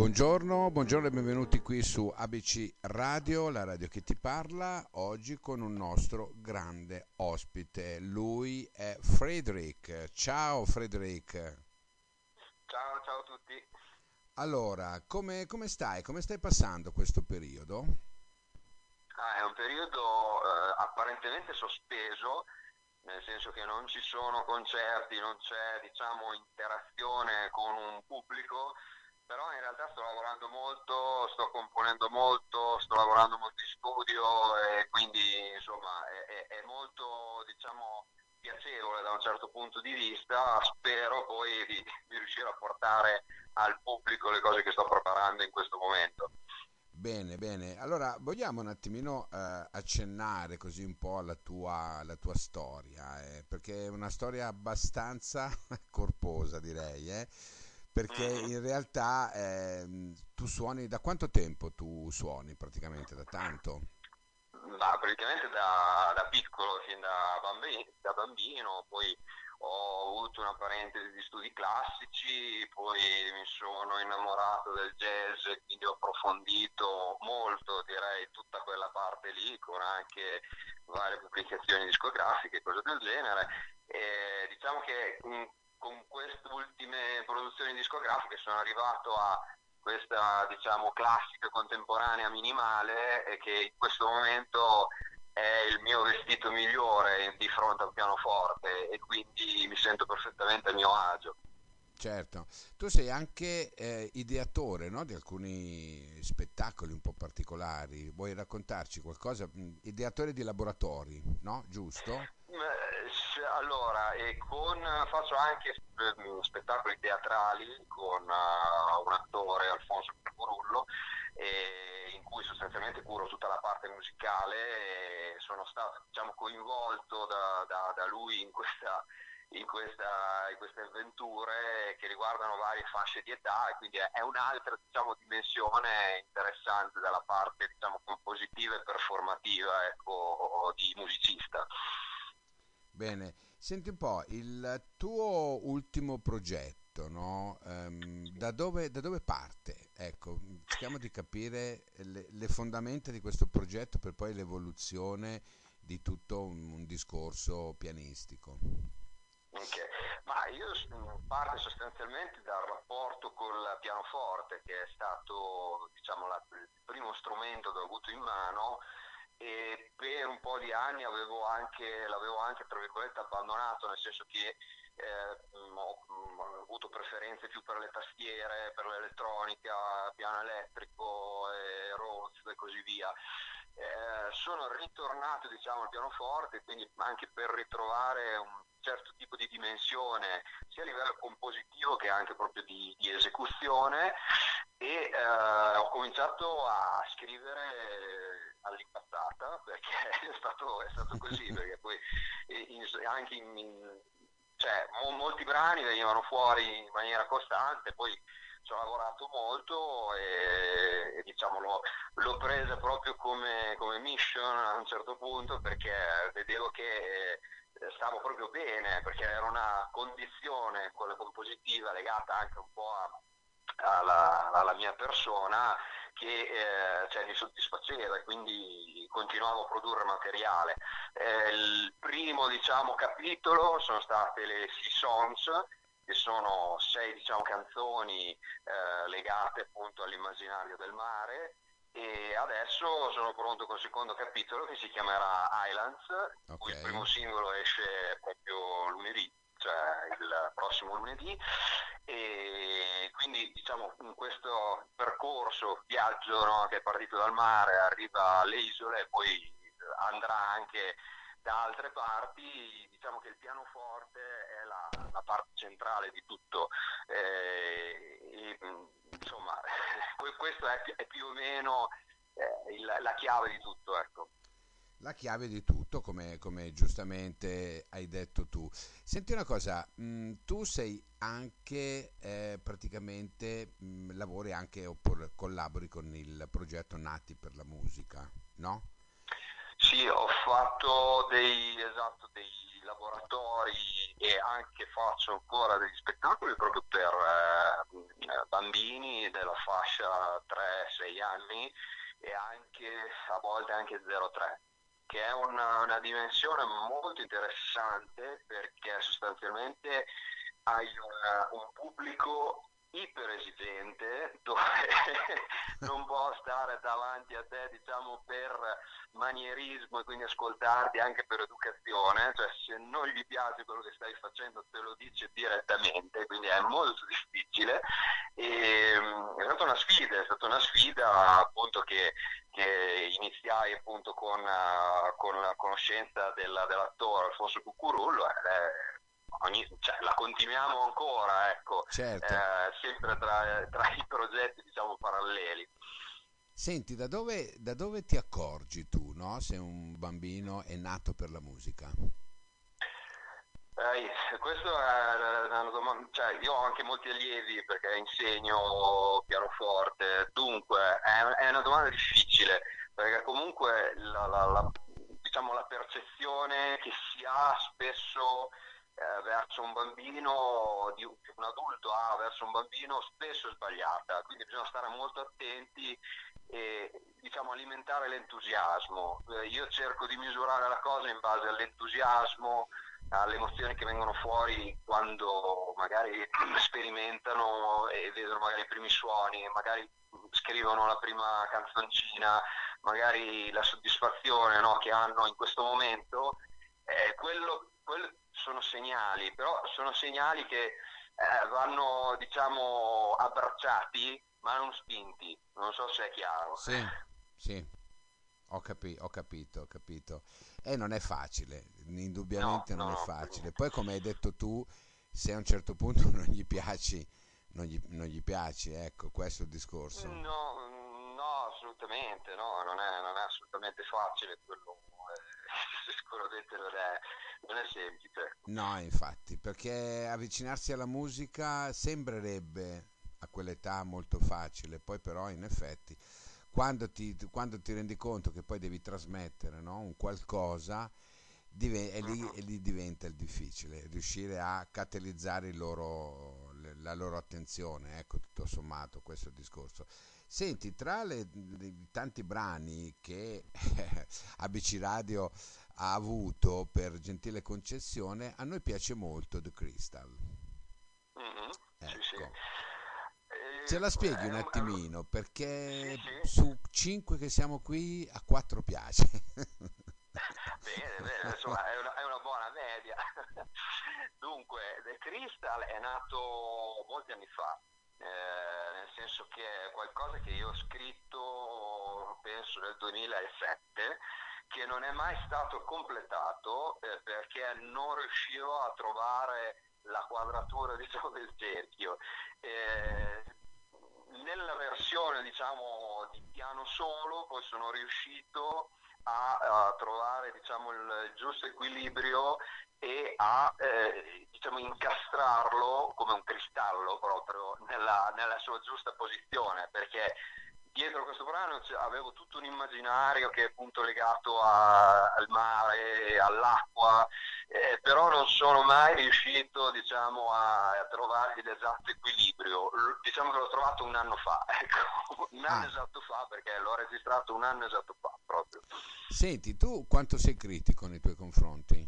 Buongiorno e benvenuti qui su ABC Radio, la radio che ti parla, oggi con un nostro grande ospite. Lui è Frederick. Ciao Frederick. Ciao a tutti. Allora, come stai? Come stai passando questo periodo? È un periodo apparentemente sospeso, nel senso che non ci sono concerti, non c'è, diciamo, interazione con un pubblico, però in realtà sto lavorando molto, sto componendo molto, sto lavorando molto in studio e quindi insomma è molto, diciamo, piacevole da un certo punto di vista. Spero poi di riuscire a portare al pubblico le cose che sto preparando in questo momento. Bene, bene. Allora, vogliamo un attimino accennare così un po' alla tua storia, perché è una storia abbastanza corposa, direi, perché Mhm. in realtà tu suoni, da quanto tempo tu suoni? Praticamente da tanto? Ma praticamente da piccolo, fin da bambino, poi ho avuto una parentesi di studi classici, poi mi sono innamorato del jazz, quindi ho approfondito molto, direi, tutta quella parte lì, con anche varie pubblicazioni discografiche, cose del genere. E diciamo che con queste ultime produzioni discografiche sono arrivato a questa, diciamo, classica contemporanea minimale e che in questo momento è il mio vestito migliore di fronte al pianoforte e quindi mi sento perfettamente a mio agio. Certo, tu sei anche ideatore, no, di alcuni spettacoli un po' particolari. Vuoi raccontarci qualcosa? Ideatore di laboratori, no? Giusto? Allora, faccio anche spettacoli teatrali con un attore, Alfonso Curullo, in cui sostanzialmente curo tutta la parte musicale e sono stato, diciamo, coinvolto da lui in queste avventure che riguardano varie fasce di età e quindi è un'altra, diciamo, dimensione interessante dalla parte, diciamo, compositiva e performativa, ecco, di musicista. Bene, senti un po', il tuo ultimo progetto, no? Da dove parte? Ecco, cerchiamo di capire le fondamenta di questo progetto per poi l'evoluzione di tutto un discorso pianistico. Ok, ma io parte sostanzialmente dal rapporto col pianoforte, che è stato, diciamo, il primo strumento che ho avuto in mano e per un po' di anni l'avevo anche, tra virgolette, abbandonato, nel senso che ho avuto preferenze più per le tastiere, per l'elettronica, piano elettrico, Rhodes e così via. Sono ritornato, diciamo, al pianoforte, quindi anche per ritrovare un certo tipo di dimensione sia a livello compositivo che anche proprio di esecuzione e ho cominciato a scrivere all'impazzata perché è stato così, perché poi anche cioè, molti brani venivano fuori in maniera costante, poi ci ho lavorato molto e diciamo l'ho presa proprio come mission a un certo punto perché vedevo che stavo proprio bene, perché era una condizione, quella compositiva, legata anche un po' alla mia persona che cioè, mi soddisfaceva e quindi continuavo a produrre materiale. Il primo, diciamo, capitolo sono state le Sea Songs, che sono sei, diciamo, canzoni legate appunto all'immaginario del mare e adesso sono pronto col secondo capitolo che si chiamerà Islands, in Ok, cui il primo singolo esce proprio lunedì, cioè il prossimo lunedì e quindi diciamo in questo percorso viaggio, no, che è partito dal mare, arriva alle isole e poi andrà anche da altre parti, diciamo che il pianoforte è la parte centrale di tutto. Insomma, questo è più o meno la chiave di tutto, ecco. la chiave di tutto, come giustamente hai detto tu. Senti una cosa, tu sei anche praticamente, lavori anche oppure collabori con il progetto Nati per la musica, no? Sì, ho fatto laboratori e anche faccio ancora degli spettacoli proprio per bambini della fascia 3-6 anni e anche a volte anche 0-3, che è una dimensione molto interessante perché sostanzialmente hai un pubblico iper esigente dove non può stare davanti a te, diciamo, per manierismo e quindi ascoltarti anche per educazione, cioè se non gli piace quello che stai facendo te lo dice direttamente, quindi è molto difficile e è stata una sfida appunto che iniziai appunto con la conoscenza dell'attore Alfonso Cucurullo cioè, la continuiamo ancora, ecco, Certo. sempre tra i progetti, diciamo, paralleli. Senti, da dove ti accorgi tu, no? Se un bambino è nato per la musica? Questo è una domanda, cioè, io ho anche molti allievi perché insegno pianoforte, dunque è una domanda difficile perché comunque diciamo, la percezione che si ha spesso verso un bambino, che un adulto ha verso un bambino spesso è sbagliata, quindi bisogna stare molto attenti e diciamo alimentare l'entusiasmo. Io cerco di misurare la cosa in base all'entusiasmo, alle emozioni che vengono fuori quando magari sperimentano e vedono magari i primi suoni, magari scrivono la prima canzoncina, magari la soddisfazione, no, che hanno in questo momento, quello sono segnali, però sono segnali che vanno, diciamo, abbracciati ma non spinti, non so se è chiaro. Sì, sì, ho capito, ho capito. E non è facile, No, indubbiamente non no, è no, per facile. niente. Poi, come hai detto tu, se a un certo punto non gli piaci, non gli piaci, ecco, questo è il discorso. No, no, assolutamente, no, non è assolutamente facile quello, sicuramente non è semplice. No, infatti, perché avvicinarsi alla musica sembrerebbe a quell'età molto facile, poi però in effetti quando ti rendi conto che poi devi trasmettere, no, un qualcosa, Mhm. e lì diventa il difficile, riuscire a catalizzare la loro attenzione, ecco, tutto sommato, questo è il discorso. Senti, tra i tanti brani che ABC Radio ha avuto per gentile concessione, a noi piace molto The Crystal. Mhm. Sì, sì. Ecco, ce la spieghi un attimino, Sì, perché sì. su 5 che siamo qui a 4 piace. Bene, bene, insomma è una buona media. Dunque, The Crystal è nato molti anni fa, nel senso che è qualcosa che io ho scritto, penso, nel 2007, che non è mai stato completato perché non riuscivo a trovare la quadratura, diciamo, del cerchio. Eh, Nella versione, diciamo, di piano solo, poi sono riuscito a trovare, diciamo, il giusto equilibrio e a diciamo, incastrarlo come un cristallo proprio nella sua giusta posizione, perché dietro questo brano avevo tutto un immaginario che è appunto legato al mare, all'acqua, però non sono mai riuscito, diciamo, a trovare l'esatto equilibrio. Diciamo che l'ho trovato un anno fa, ecco, un anno Ah, esatto fa perché l'ho registrato un anno esatto fa proprio. senti, tu quanto sei critico nei tuoi confronti?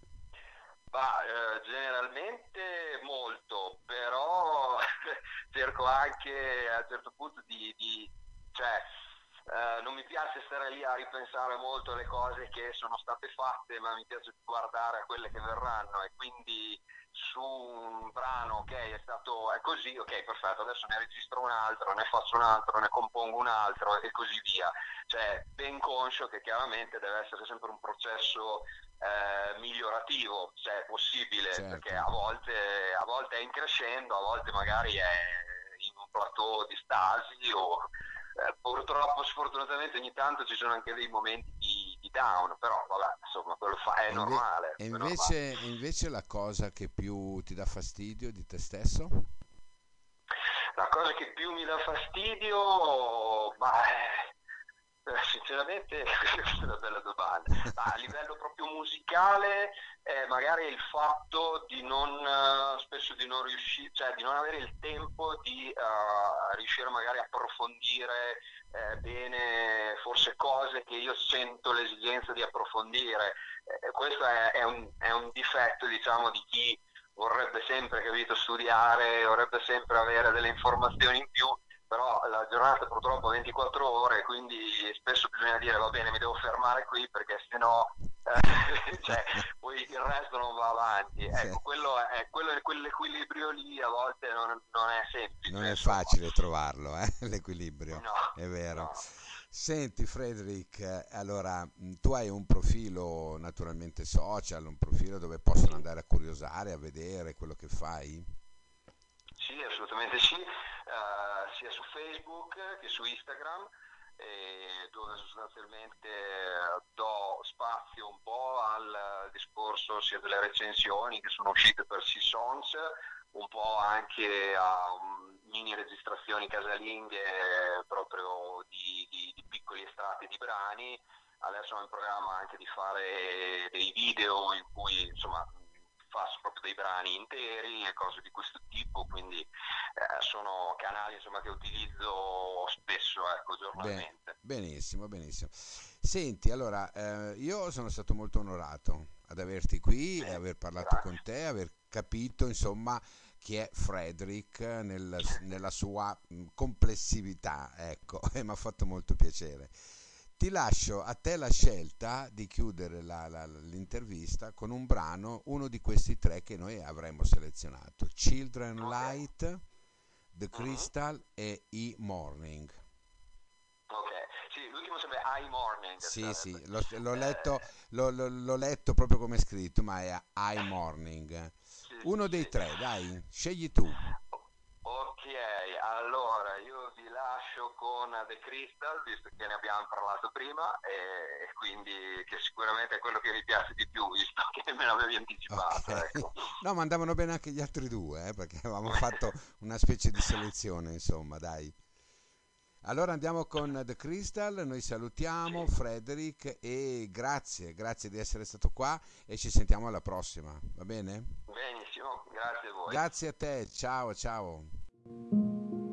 Ma generalmente molto, però cerco anche a un certo punto cioè, non mi piace stare lì a ripensare molto alle cose che sono state fatte, ma mi piace guardare a quelle che verranno e quindi su un brano, ok, è così, ok, perfetto, adesso ne registro un altro, ne faccio un altro, ne compongo un altro e così via. Cioè, ben conscio che chiaramente deve essere sempre un processo migliorativo, se è possibile, perché Certo. a volte è in crescendo, a volte magari è in un plateau di stasi o purtroppo sfortunatamente ogni tanto ci sono anche dei momenti di down, però vabbè, insomma, è normale, è normale. E invece la cosa che più ti dà fastidio di te stesso? La cosa che più mi dà fastidio, bah, Sinceramente questa è una bella domanda. Ma a livello proprio musicale, magari il fatto di non, spesso di non riuscire, cioè di non avere il tempo di riuscire magari a approfondire bene forse cose che io sento l'esigenza di approfondire. Questo è un difetto, diciamo, di chi vorrebbe sempre, capito, studiare, vorrebbe sempre avere delle informazioni in più, però la giornata purtroppo è 24 ore, quindi spesso bisogna dire va bene, mi devo fermare qui perché sennò cioè, poi il resto non va avanti. Ecco, quell'equilibrio lì a volte non è Non semplice, è insomma. facile trovarlo, l'equilibrio, No, è vero. no. Senti, Frederick, allora tu hai un profilo naturalmente social, un profilo dove possono Sì. andare a curiosare, a vedere quello che fai? Sì, assolutamente sì, sia su Facebook che su Instagram, dove sostanzialmente do spazio un po' al discorso sia delle recensioni che sono uscite per C-Songs, un po' anche a mini registrazioni casalinghe proprio di piccoli estratti di brani. Adesso ho in programma anche di fare dei video in cui insomma faccio proprio dei brani interi e cose di questo tipo, quindi sono canali insomma, che utilizzo spesso, ecco, giornalmente. Benissimo, benissimo. Senti, allora, io sono stato molto onorato ad averti qui e aver parlato con Grazie. te, aver capito, insomma, chi è Frederick nella sua complessività, ecco, e mi ha fatto molto piacere. Ti lascio a te la scelta di chiudere l'intervista con un brano, uno di questi tre che noi avremmo selezionato: Children Ok. Light, The Mhm. Crystal e E-Morning. Ok. Sì, l'ultimo sembra I Morning Sì, sarebbe. sì, l'ho letto, Eh, l'ho letto proprio come è scritto, ma è I-Morning. sì, sì, Uno dei sì. tre, dai, scegli tu. Ok, allora io vi lascio con The Crystal, visto che ne abbiamo parlato prima, e quindi che sicuramente è quello che mi piace di più, visto che me l'avevi anticipato, Ok, ecco. no, ma andavano bene anche gli altri due, perché avevamo fatto una specie di selezione, insomma, dai. Allora andiamo con The Crystal, noi salutiamo Sì, Frederick e grazie, grazie di essere stato qua e ci sentiamo alla prossima, va bene? benissimo, grazie a voi. Grazie a te, ciao ciao.